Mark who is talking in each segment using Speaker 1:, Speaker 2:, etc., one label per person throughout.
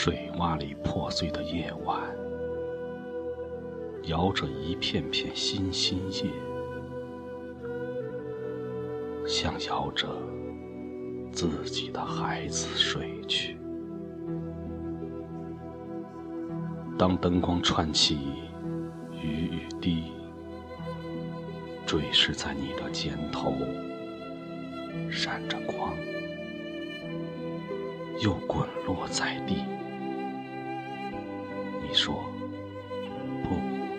Speaker 1: 水洼里破碎的夜晚，摇着一片片星星叶，像摇着自己的孩子睡去。当灯光串起，雨雨滴，坠饰在你的肩头，闪着光，又滚落在地。你说不，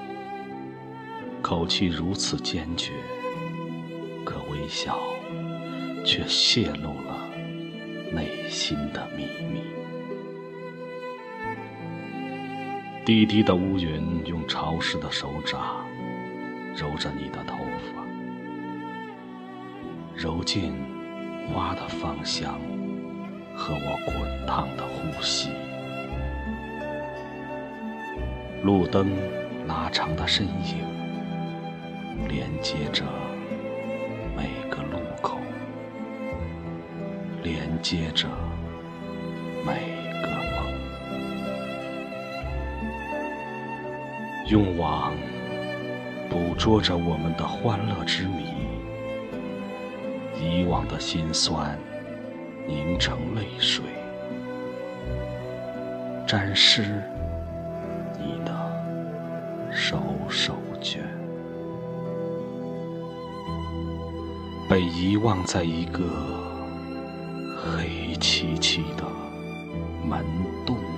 Speaker 1: 口气如此坚决，可微笑却泄露了内心的秘密。低低的乌云用潮湿的手掌揉着你的头发，揉进花的芳香和我滚烫的呼吸。路灯拉长的身影连接着每个路口，连接着每个梦。用网捕捉着我们的欢乐之谜，以往的辛酸凝成泪水，沾湿你的手手绢，被遗忘在一个黑漆漆的门洞里。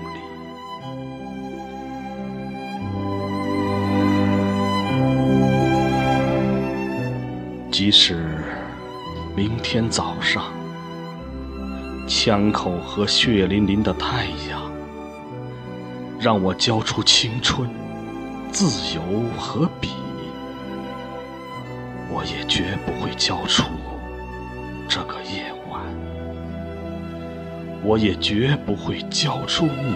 Speaker 1: 即使明天早上，枪口和血淋淋的太阳让我交出青春、自由和笔，我也绝不会交出这个夜晚，我也绝不会交出你。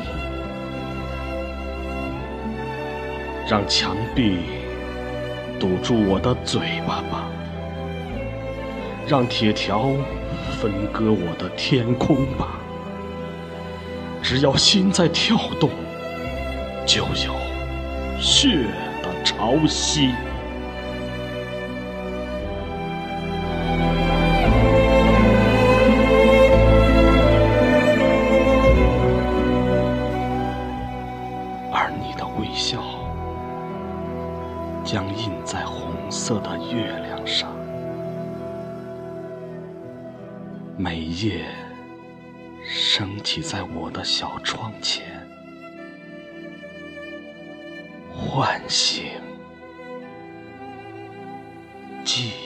Speaker 1: 让墙壁堵住我的嘴巴吧，让铁条分割我的天空吧，只要心在跳动，就有血的潮汐。而你的微笑将印在红色的月亮上，每夜升起在我的小窗前，唤醒记忆。